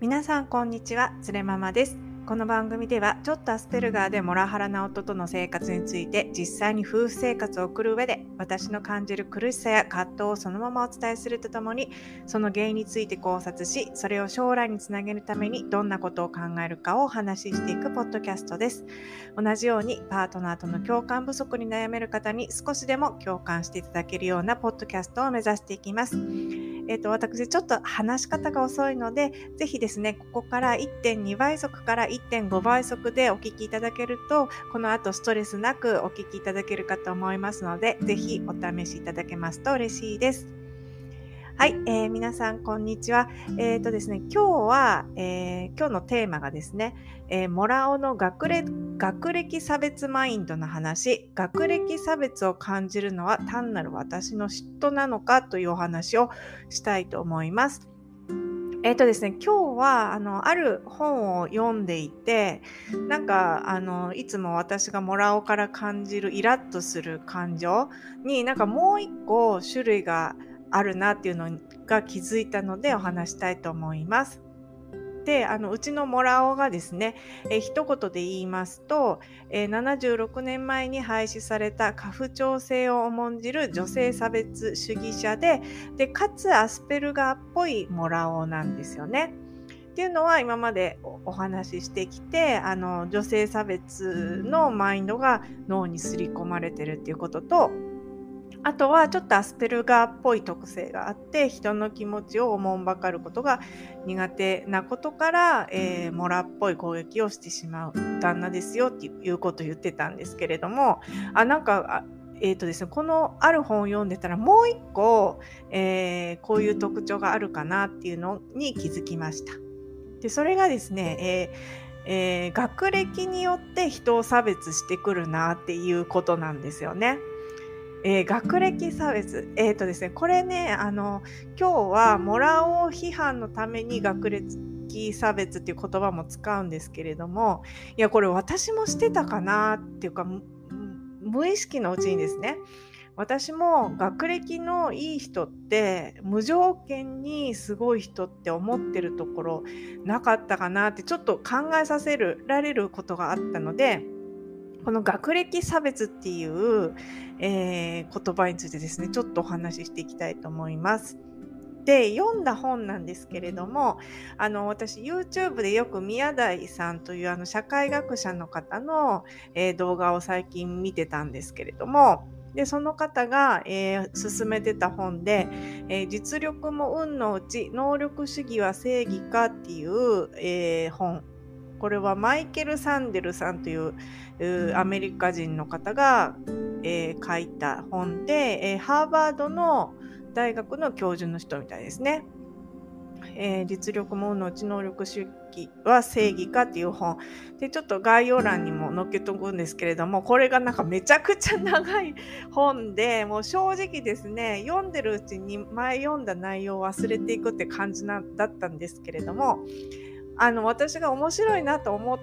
皆さんこんにちは、つれママです。この番組ではちょっとアスペルガーでモラハラな夫との生活について実際に夫婦生活を送る上で私の感じる苦しさや葛藤をそのままお伝えするとともにその原因について考察しそれを将来につなげるためにどんなことを考えるかをお話ししていくポッドキャストです。同じようにパートナーとの共感不足に悩める方に少しでも共感していただけるようなポッドキャストを目指していきます。私ちょっと話し方が遅いので、ぜひですね、ここから1.2 倍速から 1.5 倍速でお聞きいただけると、この後ストレスなくお聞きいただけるかと思いますので、ぜひお試しいただけますと嬉しいです。はい、皆さんこんにちは。ですね、今日は、今日のテーマがですね、モラオの学歴差別マインドの話、学歴差別を感じるのは単なる私の嫉妬なのかというお話をしたいと思います。ですね、今日はある本を読んでいて、なんかいつも私がモラオから感じるイラッとする感情になんかもう一個種類があるなっていうのが気づいたのでお話したいと思います。で、うちのモラオがですね、一言で言いますと、76年前に廃止された家父長制を重んじる女性差別主義者で、かつアスペルガーっぽいモラオなんですよね。っていうのは今までお話ししてきて、女性差別のマインドが脳に刷り込まれてるっていうことと、あとはちょっとアスペルガーっぽい特性があって、人の気持ちをおもんばかることが苦手なことから、モラっぽい攻撃をしてしまう旦那ですよっていうことを言ってたんですけれども、ですね、このある本を読んでたらもう一個、こういう特徴があるかなっていうのに気づきました。で、それがですね、学歴によって人を差別してくるなっていうことなんですよね。学歴差別。ですね、これね、今日はモラオ批判のために学歴差別っていう言葉も使うんですけれども、いや、これ私もしてたかなっていうか、無意識のうちにですね、私も学歴のいい人って無条件にすごい人って思ってるところなかったかなってちょっと考えさせられることがあったので、この学歴差別っていう、言葉についてですね、ちょっとお話ししていきたいと思います。で、読んだ本なんですけれども、私 YouTube でよく宮台さんという社会学者の方の、動画を最近見てたんですけれども、で、その方が、勧めてた本で、実力も運のうち能力主義は正義かっていう、本。これはマイケル・サンデルさんというアメリカ人の方が、書いた本で、ハーバードの大学の教授の人みたいですね。実力も運のうち能力主義は正義かっていう本で、ちょっと概要欄にも載っけとくんですけれども、これがなんかめちゃくちゃ長い本で、もう正直ですね、読んでるうちに前読んだ内容を忘れていくって感じだったんですけれども、私が面白いなと思って、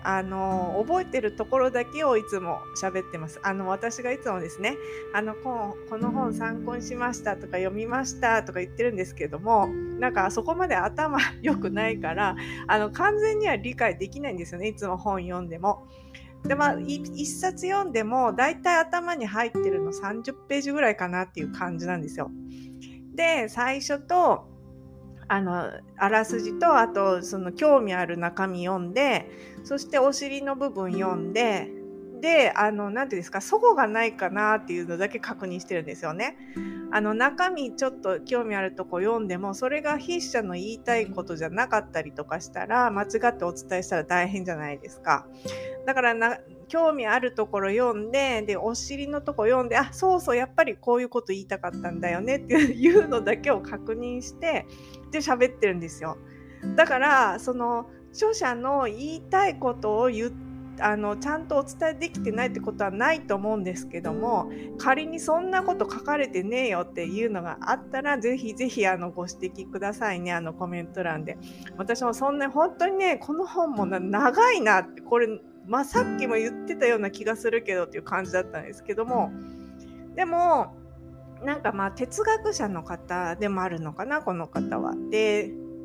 覚えてるところだけをいつも喋ってます。私がいつもですね、この本参考にしましたとか読みましたとか言ってるんですけども、なんかそこまで頭良くないから、完全には理解できないんですよね、いつも本読んでも。で、一冊読んでも、だいたい頭に入ってるの30ページぐらいかなっていう感じなんですよ。で、最初と、あらすじと、あと、その興味ある中身読んで、そしてお尻の部分読んで、で、なんていうんですか、齟齬がないかなっていうのだけ確認してるんですよね。中身ちょっと興味あるとこ読んでも、それが筆者の言いたいことじゃなかったりとかしたら、間違ってお伝えしたら大変じゃないですか。だから興味あるところ読んで、で、お尻のとこ読んで、あ、そうそう、やっぱりこういうこと言いたかったんだよねっていうのだけを確認して、で、喋ってるんですよ。だから、その、著者の言いたいことをちゃんとお伝えできてないってことはないと思うんですけども、仮にそんなこと書かれてねえよっていうのがあったら、ぜひぜひご指摘くださいね、コメント欄で。私もそんな、本当にね、この本も長いなって、これ、さっきも言ってたような気がするけどっていう感じだったんですけども、でも、なんか哲学者の方でもあるのかな、この方は。で、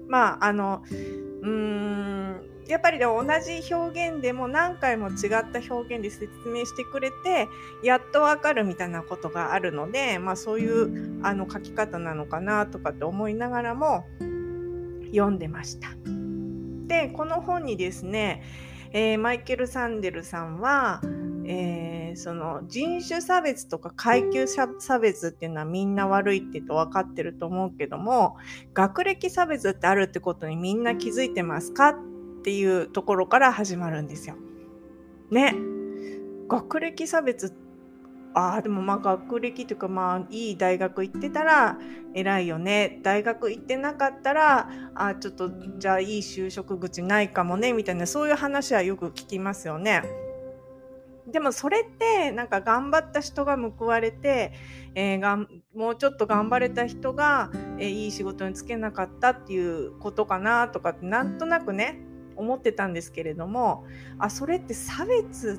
やっぱり同じ表現でも何回も違った表現で説明してくれてやっとわかるみたいなことがあるので、そういう書き方なのかなとかって思いながらも読んでました。で、この本にですね、マイケル・サンデルさんは、その人種差別とか階級差別っていうのはみんな悪いって言うと分かってると思うけども、学歴差別ってあるってことにみんな気づいてますかっていうところから始まるんですよ。ね。学歴差別、でも学歴というかいい大学行ってたら偉いよね。大学行ってなかったら、ちょっとじゃあいい就職口ないかもねみたいな、そういう話はよく聞きますよね。でもそれってなんか頑張った人が報われて、もうちょっと頑張れた人が、いい仕事に就けなかったっていうことかなとかってなんとなくね思ってたんですけれども、それって差別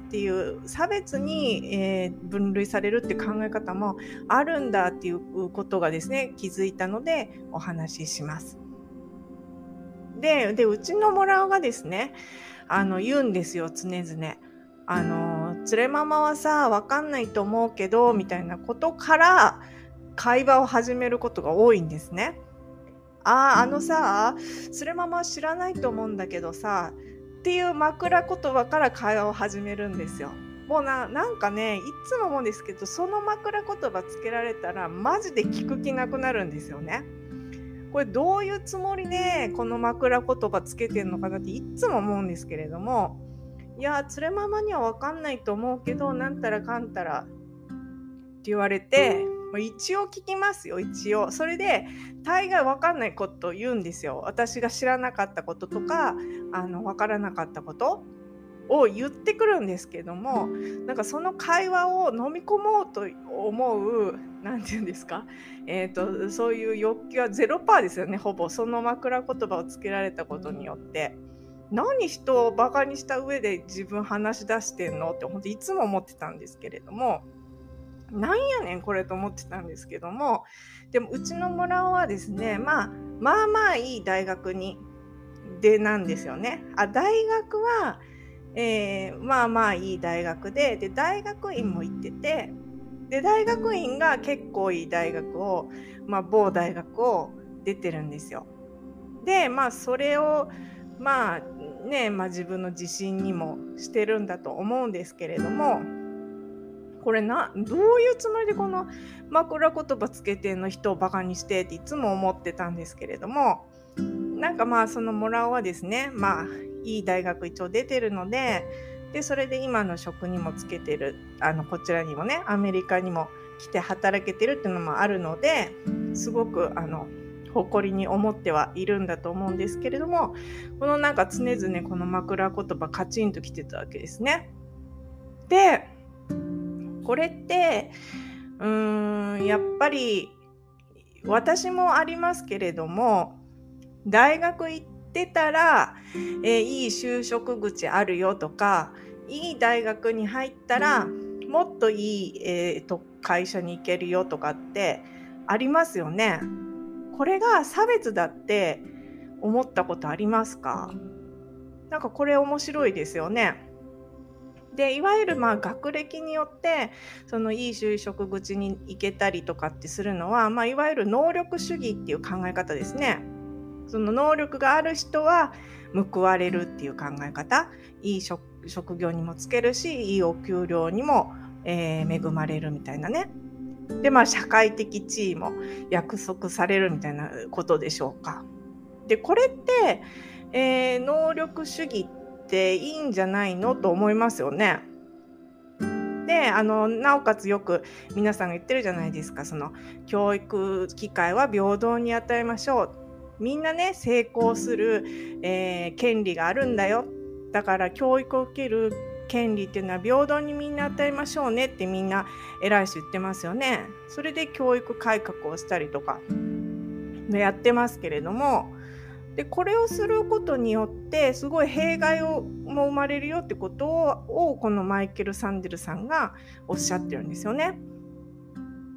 に、分類されるって考え方もあるんだっていうことがですね気づいたのでお話しします。でうちのモラオがですね言うんですよ、常々。連れママはさ、わかんないと思うけどみたいなことから会話を始めることが多いんですね。さ、連れママは知らないと思うんだけどさっていう枕言葉から会話を始めるんですよ。もうなんかね、いつも思うんですけど、その枕言葉つけられたらマジで聞く気なくなるんですよね。これどういうつもりでこの枕言葉つけてんのかなっていつも思うんですけれども、いや連れママには分かんないと思うけどなんたらかんたらって言われて、一応聞きますよ。一応それで大概分かんないことを言うんですよ。私が知らなかったこととか分からなかったことを言ってくるんですけども、なんかその会話を飲み込もうと思うなんていうんですか、そういう欲求は0%ですよね。ほぼその枕言葉をつけられたことによって。何人をバカにした上で自分話し出してんのって本当いつも思ってたんですけれども、なんやねんこれと思ってたんですけども、でもうちの村尾はですね、まあいい大学なんですよね。大学は、まあいい大学で大学院も行ってて、で大学院が結構いい大学を、某大学を出てるんですよ。でそれを自分の自信にもしてるんだと思うんですけれども、これどういうつもりでこの枕言葉つけてんの、人をバカにしてっていつも思ってたんですけれども、なんかそのモラオはですね、いい大学一応出てるので、それで今の職にもつけてる、こちらにもねアメリカにも来て働けてるっていうのもあるので、すごく誇りに思ってはいるんだと思うんですけれども、このなんか常々この枕言葉カチンときてたわけですね。でこれってやっぱり私もありますけれども、大学行ってたら、いい就職口あるよとか、いい大学に入ったらもっといい、会社に行けるよとかってありますよね。これが差別だって思ったことありますか？なんかこれ面白いですよね。でいわゆる学歴によってそのいい就職口に行けたりとかってするのは、いわゆる能力主義っていう考え方ですね。その能力がある人は報われるっていう考え方、いい職業にもつけるし、いいお給料にも、恵まれるみたいなね。で社会的地位も約束されるみたいなことでしょうか。でこれって、能力主義っていいんじゃないのと思いますよね。でなおかつよく皆さんが言ってるじゃないですか。その教育機会は平等に与えましょう。みんなね成功する、権利があるんだよ。だから教育を受ける権利っていうのは平等にみんな与えましょうねってみんな偉い人言ってますよね。それで教育改革をしたりとかやってますけれども、でこれをすることによってすごい弊害も生まれるよってことをこのマイケル・サンデルさんがおっしゃってるんですよね。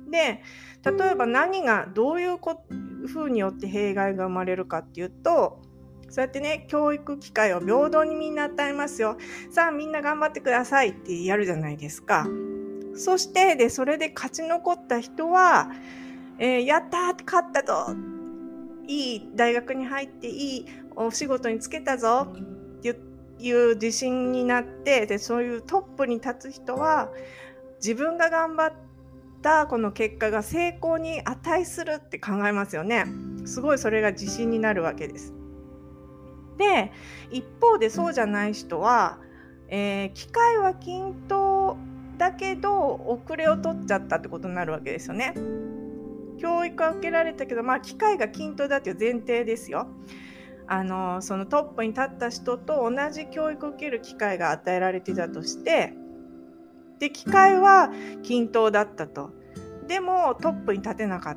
で、例えばどういう風によって弊害が生まれるかっていうと、そうやってね、教育機会を平等にみんな与えますよ。さあみんな頑張ってくださいってやるじゃないですか。そしてそれで勝ち残った人は、やったー勝ったぞ、いい大学に入っていいお仕事に就けたぞっていう自信になって、でそういうトップに立つ人は自分が頑張ったこの結果が成功に値するって考えますよね。すごいそれが自信になるわけです。で、一方でそうじゃない人は、機会は均等だけど遅れを取っちゃったってことになるわけですよね。教育は受けられたけど、機会が均等だっていう前提ですよ。そのトップに立った人と同じ教育を受ける機会が与えられていたとして、で機会は均等だったと。でもトップに立てなか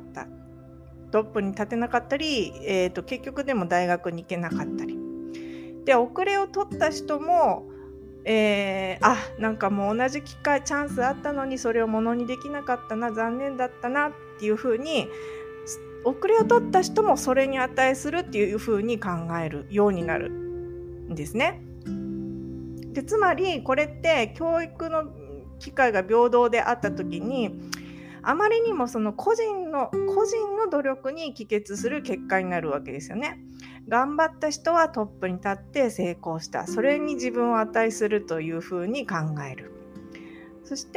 ったり、結局でも大学に行けなかったりで、遅れを取った人も、なんかもう同じ機会チャンスあったのにそれをものにできなかったな、残念だったなっていう風に、遅れを取った人もそれに値するっていう風に考えるようになるんですね。でつまりこれって教育の機会が平等であった時に、あまりにもその個人の努力に帰結する結果になるわけですよね。頑張った人はトップに立って成功した。それに自分を値するというふうに考える。そして、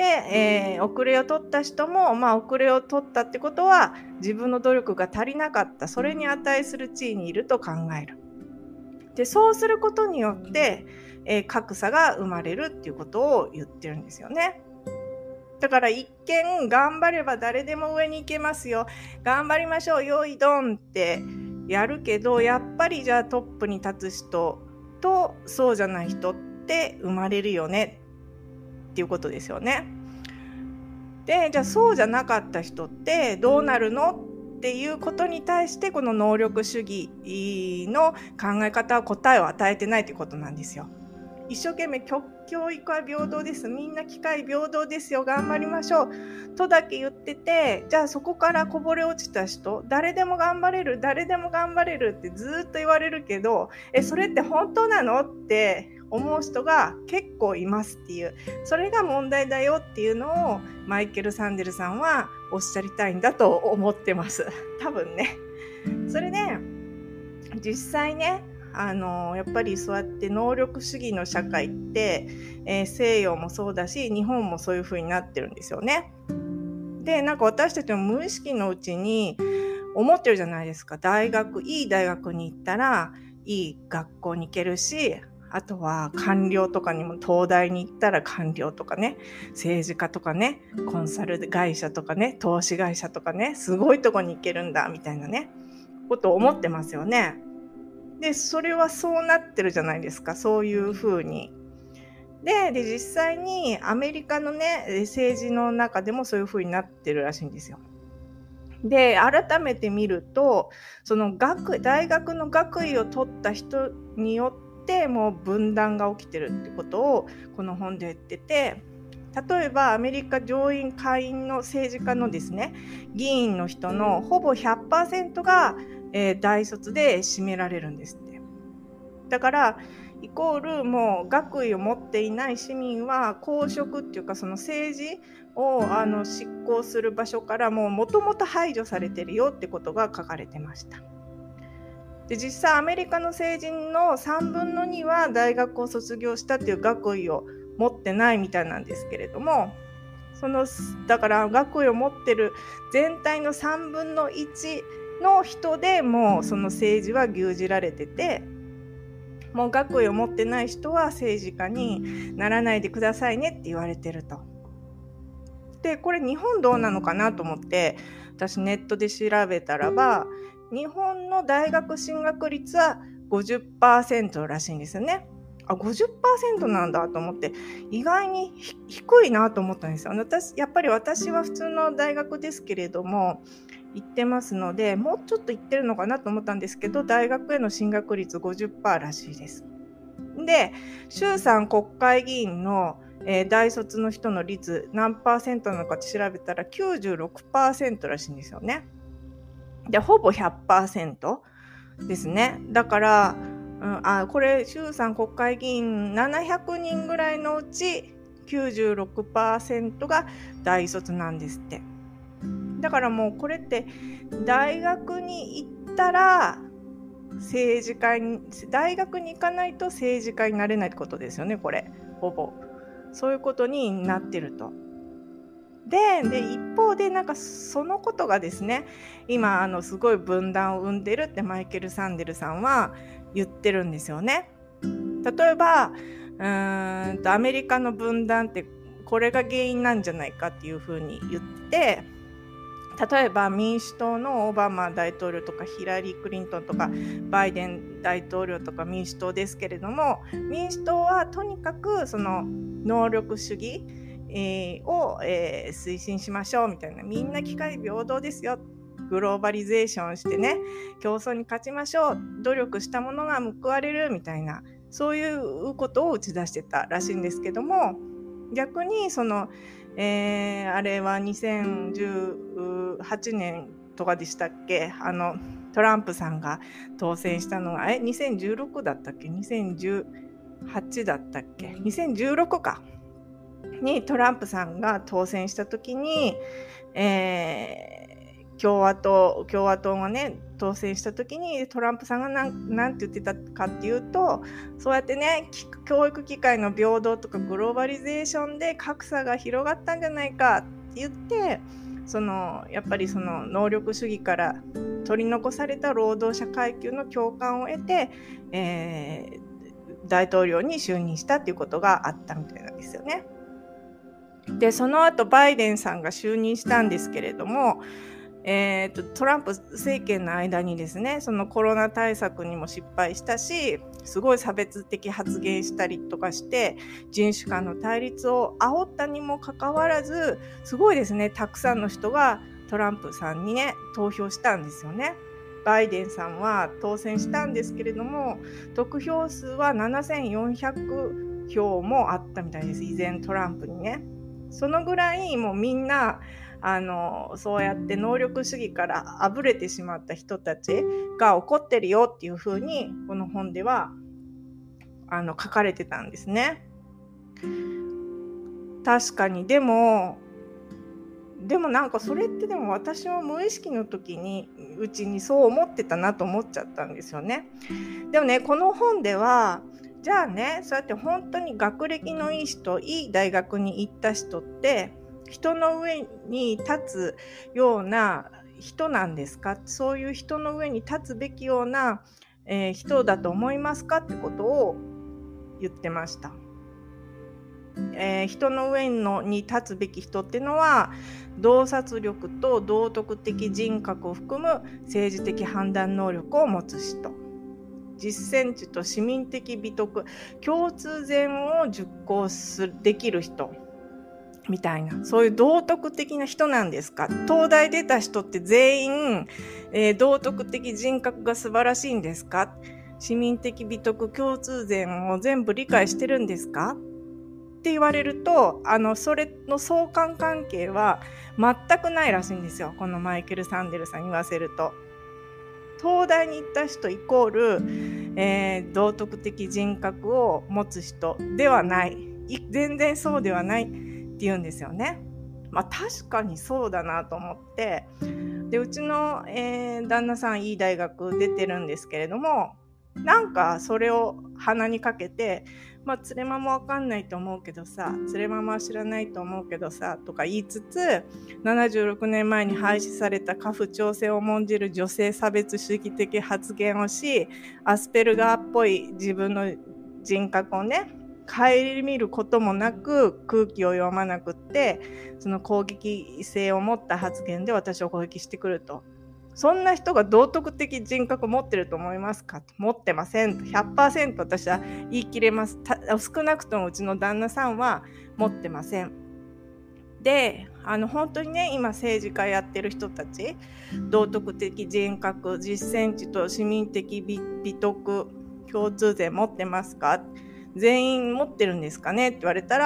遅れを取った人も、遅れを取ったってことは自分の努力が足りなかった。それに値する地位にいると考える。で、そうすることによって、格差が生まれるっていうことを言ってるんですよね。だから一見頑張れば誰でも上に行けますよ、頑張りましょう、よいどんってやるけど、やっぱりじゃあトップに立つ人とそうじゃない人って生まれるよねっていうことですよね。で、じゃあそうじゃなかった人ってどうなるのっていうことに対して、この能力主義の考え方は答えを与えてないということなんですよ。一生懸命教育は平等です、みんな機会平等ですよ、頑張りましょうとだけ言ってて、じゃあそこからこぼれ落ちた人、誰でも頑張れるってずっと言われるけど、それって本当なのって思う人が結構いますっていう、それが問題だよっていうのをマイケル・サンデルさんはおっしゃりたいんだと思ってます。多分ね。それで実際ね、やっぱりそうやって能力主義の社会って、西洋もそうだし日本もそういう風になってるんですよね。で、なんか私たちも無意識のうちに思ってるじゃないですか。いい大学に行ったらいい学校に行けるし、あとは官僚とかにも、東大に行ったら官僚とかね、政治家とかね、コンサル会社とかね、投資会社とかね、すごいとこに行けるんだみたいなねことを思ってますよね。で、それはそうなってるじゃないですか、そういう風に。で実際にアメリカのね、政治の中でもそういう風になってるらしいんですよ。で、改めて見ると、その大学の学位を取った人によってもう分断が起きてるってことをこの本で言ってて、例えばアメリカ上院下院の政治家のですね、議員の人のほぼ 100% が、大卒で占められるんですって。だからイコール、もう学位を持っていない市民は公職っていうか、その政治を執行する場所からもともと排除されてるよってことが書かれてました。で、実際アメリカの成人の3分の2は大学を卒業したっていう学位を持ってないみたいなんですけれども、だから学位を持ってる全体の3分の1の人でもうその政治は牛耳られてて、もう学位を持ってない人は政治家にならないでくださいねって言われてると。で、これ日本どうなのかなと思って私ネットで調べたらば、日本の大学進学率は 50% らしいんですよね。50% なんだと思って、意外に低いなと思ったんですよ。やっぱり私は普通の大学ですけれども行ってますので、もうちょっと行ってるのかなと思ったんですけど、大学への進学率 50% らしいです。で、衆参国会議員の大卒の人の率何%なのかって調べたら 96% らしいんですよね。でほぼ 100% ですね。だから、これ衆参国会議員700人ぐらいのうち 96% が大卒なんですって。だからもうこれって大学に行ったら大学に行かないと政治家になれないってことですよね。これほぼそういうことになってると。で一方でなんかそのことがですね、今すごい分断を生んでるってマイケル・サンデルさんは言ってるんですよね。例えばアメリカの分断ってこれが原因なんじゃないかっていうふうに言って、例えば民主党のオバマ大統領とかヒラリー・クリントンとかバイデン大統領とか民主党ですけれども、民主党はとにかくその能力主義を推進しましょうみたいな、みんな機会平等ですよ、グローバリゼーションしてね競争に勝ちましょう、努力したものが報われるみたいな、そういうことを打ち出してたらしいんですけども、逆にその、あれは2018年とかでしたっけ、トランプさんが当選したのが2016だったっけ2018だったっけ2016かにトランプさんが当選した時に、共和党がね当選した時にトランプさんがなんて言ってたかっていうと、そうやってね教育機会の平等とかグローバリゼーションで格差が広がったんじゃないかって言って、やっぱりその能力主義から取り残された労働者階級の共感を得て、大統領に就任したっていうことがあったみたいなんですよね。でその後バイデンさんが就任したんですけれども、トランプ政権の間にですね、そのコロナ対策にも失敗したし、すごい差別的発言したりとかして人種間の対立を煽ったにもかかわらず、すごいですね、たくさんの人がトランプさんにね投票したんですよね。バイデンさんは当選したんですけれども、得票数は7400票もあったみたいです、以前トランプにね。そのぐらいもうみんなそうやって能力主義からあぶれてしまった人たちが怒ってるよっていうふうにこの本では書かれてたんですね。確かにでもなんかそれってでも私も無意識の時にうちにそう思ってたなと思っちゃったんですよね。でもねこの本ではじゃあね、そうやって本当に学歴のいい人、いい大学に行った人って人の上に立つような人なんですか？そういう人の上に立つべきような、人だと思いますかってことを言ってました。人の上に立つべき人っていうのは洞察力と道徳的人格を含む政治的判断能力を持つ人、実践知と市民的美徳、共通善を実行できる人みたいな、そういう道徳的な人なんですか？東大出た人って全員、道徳的人格が素晴らしいんですか？市民的美徳、共通善を全部理解してるんですかって言われると、それの相関関係は全くないらしいんですよ。このマイケル・サンデルさんに言わせると、東大に行った人イコール、道徳的人格を持つ人ではない、全然そうではないって言うんですよね。確かにそうだなと思って、でうちの、旦那さんいい大学出てるんですけれども、なんかそれを鼻にかけて、つれまもわかんないと思うけどさ、つれまもは知らないと思うけどさとか言いつつ、76年前に廃止された家父長制を重んじる女性差別主義的発言をし、アスペルガーっぽい自分の人格をね顧みることもなく空気を読まなくって、その攻撃性を持った発言で私を攻撃してくると。そんな人が道徳的人格を持ってると思いますか？持ってません。100% 私は言い切れます。少なくともうちの旦那さんは持ってません。で、本当にね、今政治家やってる人たち、道徳的人格、実践知と市民的美徳、共通点持ってますか？全員持ってるんですかねって言われたら、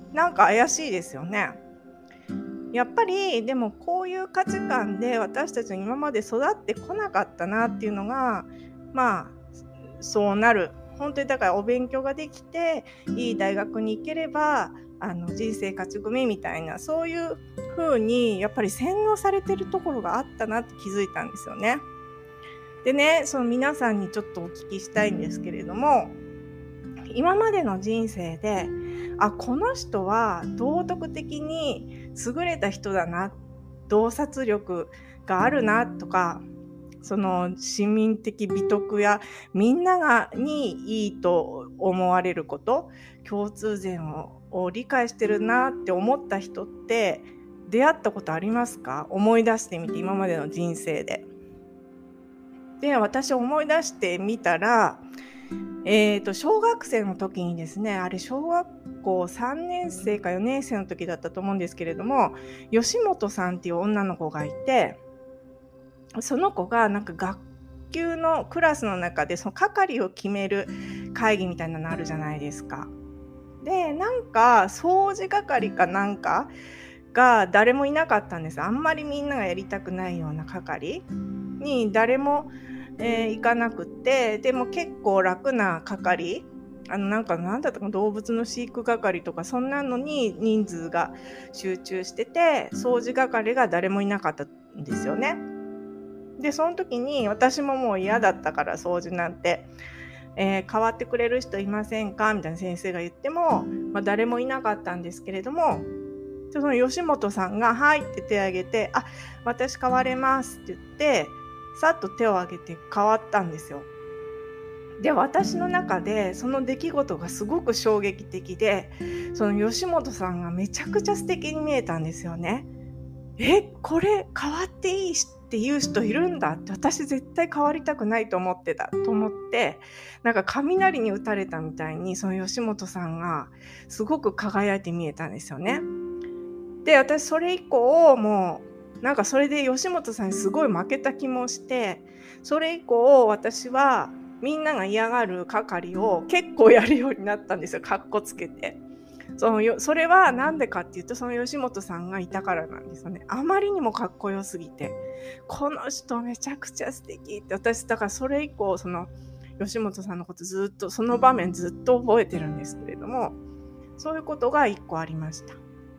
なんか怪しいですよね。やっぱりでもこういう価値観で私たち今まで育ってこなかったなっていうのが、そうなる。本当にだからお勉強ができていい大学に行ければ人生勝ち組みたいな、そういう風にやっぱり洗脳されてるところがあったなって気づいたんですよね。でね、その皆さんにちょっとお聞きしたいんですけれども、今までの人生でこの人は道徳的に優れた人だな、洞察力があるなとか、その市民的美徳やみんなにいいと思われること、共通点を理解してるなって思った人って出会ったことありますか？思い出してみて、今までの人生で。で、私思い出してみたら、小学生の時にですね、あれ小学校3年生か4年生の時だったと思うんですけれども、吉本さんっていう女の子がいて、その子がなんか学級のクラスの中でその係を決める会議みたいなのあるじゃないですか。で、なんか掃除係かなんかが誰もいなかったんです。あんまりみんながやりたくないような係に誰も、行かなくて、でも結構楽な係、なんだったかな、動物の飼育係とかそんなのに人数が集中してて、掃除係が誰もいなかったんですよね。で、その時に私ももう嫌だったから掃除なんて、代わってくれる人いませんかみたいな先生が言っても、誰もいなかったんですけれども、その吉本さんがはいって手を挙げて、私代われますって言って、さっと手を挙げて変わったんですよ。で、私の中でその出来事がすごく衝撃的で、その吉本さんがめちゃくちゃ素敵に見えたんですよね。これ変わっていいっていう人いるんだって、私絶対変わりたくないと思ってたと思って、なんか雷に打たれたみたいにその吉本さんがすごく輝いて見えたんですよね。で、私それ以降もうなんかそれで吉本さんにすごい負けた気もして、それ以降私はみんなが嫌がる係を結構やるようになったんですよ、かっこつけて。それはなんでかっていうと、その吉本さんがいたからなんですよね。あまりにもかっこよすぎて、この人めちゃくちゃ素敵って、私だからそれ以降その吉本さんのことずっとその場面ずっと覚えてるんですけれども、そういうことが一個ありました。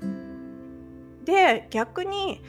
で、逆に、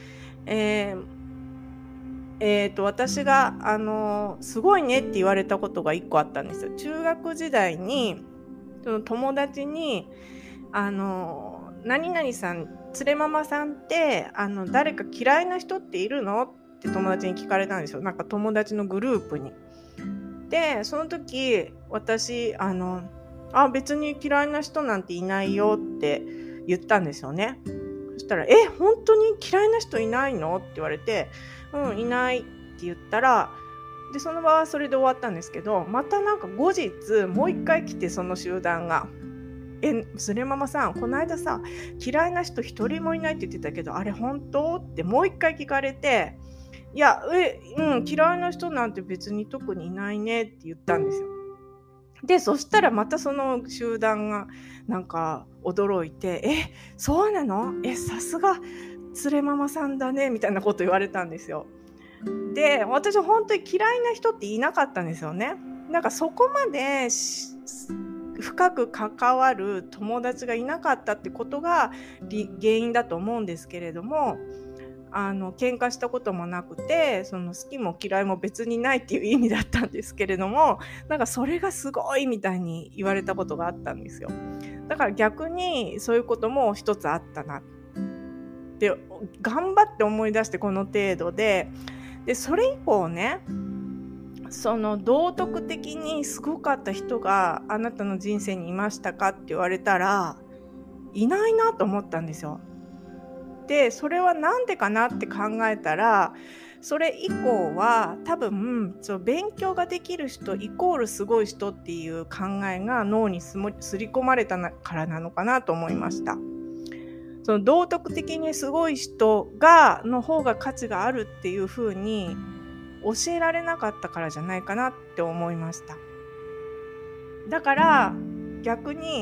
私がすごいねって言われたことが一個あったんですよ。中学時代にその友達に何々さん、つれママさんって誰か嫌いな人っているのって友達に聞かれたんですよ。なんか友達のグループに。で、その時私別に嫌いな人なんていないよって言ったんですよね。そしたら本当に嫌いな人いないのって言われて、いないって言ったら、でその場はそれで終わったんですけど、またなんか後日もう一回来て、その集団がスレママさん、この間さ嫌いな人一人もいないって言ってたけど、あれ本当ってもう一回聞かれて、いや嫌いな人なんて別に特にいないねって言ったんですよ。でそしたらまたその集団がなんか驚いて、そうなの？さすがつれママさんだねみたいなこと言われたんですよ。で、私本当に嫌いな人っていなかったんですよね。なんかそこまで深く関わる友達がいなかったってことが原因だと思うんですけれども、喧嘩したこともなくて、その好きも嫌いも別にないっていう意味だったんですけれども、なんかそれがすごいみたいに言われたことがあったんですよ。だから逆にそういうことも一つあったなって頑張って思い出して、この程度でそれ以降ね、その道徳的にすごかった人があなたの人生にいましたかって言われたら、いないなと思ったんですよ。で、それはなんでかなって考えたら、それ以降は多分勉強ができる人イコールすごい人っていう考えが脳にすり込まれたからなのかなと思いました。その道徳的にすごい人の方が価値があるっていう風に教えられなかったからじゃないかなって思いました。だから逆に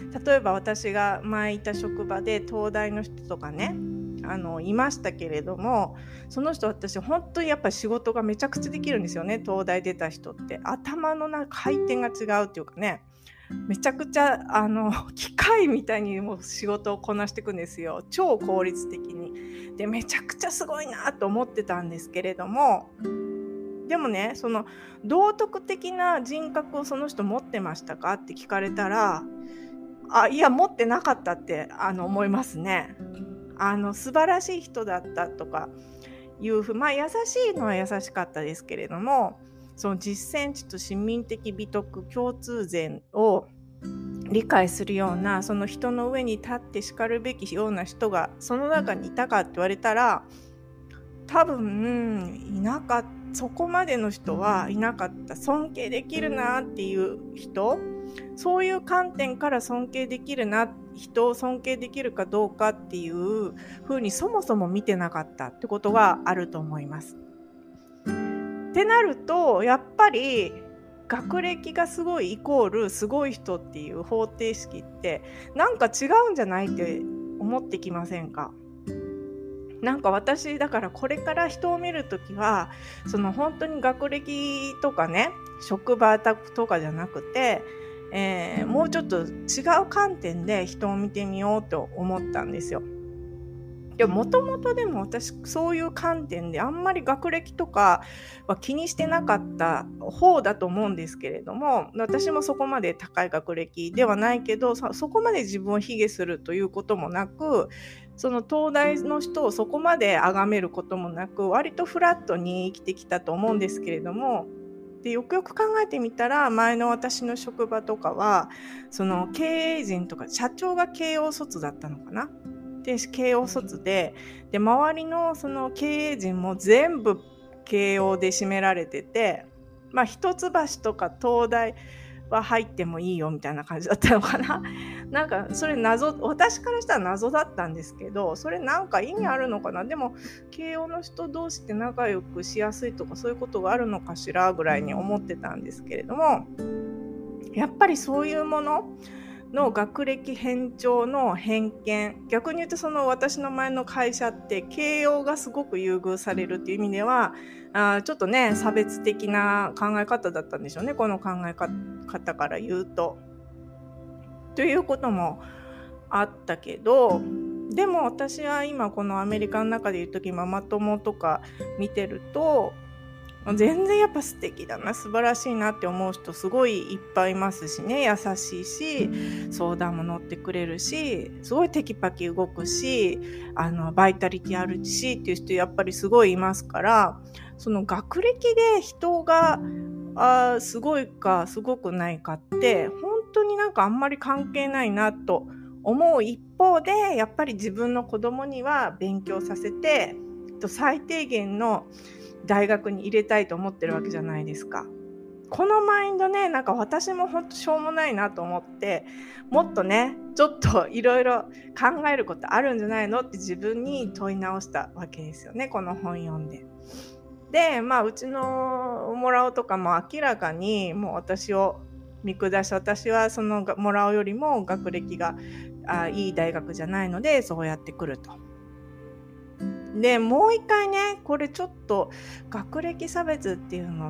例えば私が前いた職場で東大の人とかねいましたけれども、その人私本当にやっぱり仕事がめちゃくちゃできるんですよね。東大出た人って頭の回転が違うっていうかね、めちゃくちゃ機械みたいにもう仕事をこなしていくんですよ。超効率的に。でめちゃくちゃすごいなと思ってたんですけれども、でもね、その道徳的な人格をその人持ってましたかって聞かれたら、いや持ってなかったって思いますね。素晴らしい人だったとかいう優しいのは優しかったですけれども、その実践値と市民的美徳共通善を理解するような、その人の上に立ってしかるべきような人がその中にいたかって言われたら、多分いなかった。そこまでの人はいなかった。尊敬できるなっていう人、そういう観点から尊敬できるな、人を尊敬できるかどうかっていう風にそもそも見てなかったってことがあると思います。ってなると、やっぱり学歴がすごいイコールすごい人っていう方程式ってなんか違うんじゃないって思ってきませんか？なんか私だからこれから人を見るときは、その本当に学歴とかね、職場とかじゃなくて、もうちょっと違う観点で人を見てみようと思ったんですよ。でもともとでも私そういう観点であんまり学歴とかは気にしてなかった方だと思うんですけれども、私もそこまで高い学歴ではないけど、そこまで自分を卑下するということもなく、その東大の人をそこまで崇めることもなく、割とフラットに生きてきたと思うんですけれども、でよくよく考えてみたら、前の私の職場とかはその経営陣とか社長が慶応卒だったのかな。で慶応卒で周りのその経営陣も全部慶応で占められてて、一橋とか東大は入ってもいいよみたいな感じだったのかな。なんかそれ私からしたら謎だったんですけど、それなんか意味あるのかな。でも慶応の人同士って仲良くしやすいとかそういうことがあるのかしらぐらいに思ってたんですけれども、やっぱりそういうものの学歴偏重の偏見、逆に言うとその私の前の会社って慶応がすごく優遇されるっていう意味ではちょっとね差別的な考え方だったんでしょうね、この考え方から言うと。ということもあったけど、でも私は今このアメリカの中でいうときママ友とか見てると、全然やっぱ素敵だな、素晴らしいなって思う人すごいいっぱいいますしね。優しいし、相談も乗ってくれるし、すごいテキパキ動くし、バイタリティあるしっていう人やっぱりすごいいますから、その学歴で人がすごいかすごくないかって本当になんかあんまり関係ないなと思う一方で、やっぱり自分の子供には勉強させて最低限の大学に入れたいと思ってるわけじゃないですか。このマインドね、なんか私も本当しょうもないなと思って、もっとねちょっといろいろ考えることあるんじゃないのって自分に問い直したわけですよね、この本読んで。でうちのもらおとかも明らかにもう私を見下し、私はそのもらおよりも学歴がいい大学じゃないのでそうやってくると。でもう一回ね、これちょっと学歴差別っていうのって、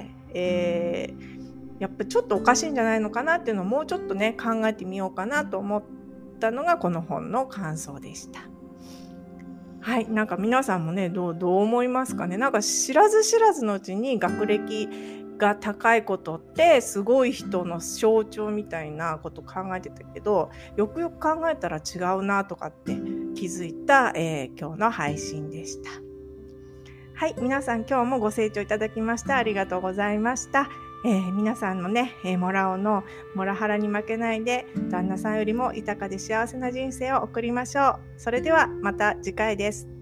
やっぱちょっとおかしいんじゃないのかなっていうのをもうちょっとね考えてみようかなと思ったのがこの本の感想でした。はい、なんか皆さんもねどう思いますかね。なんか知らず知らずのうちに学歴が高いことってすごい人の象徴みたいなこと考えてたけど、よくよく考えたら違うなとかって気づいた、今日の配信でした。はい、皆さん今日もご清聴いただきましてありがとうございました。皆さんのね、モラオのモラハラに負けないで旦那さんよりも豊かで幸せな人生を送りましょう。それではまた次回です。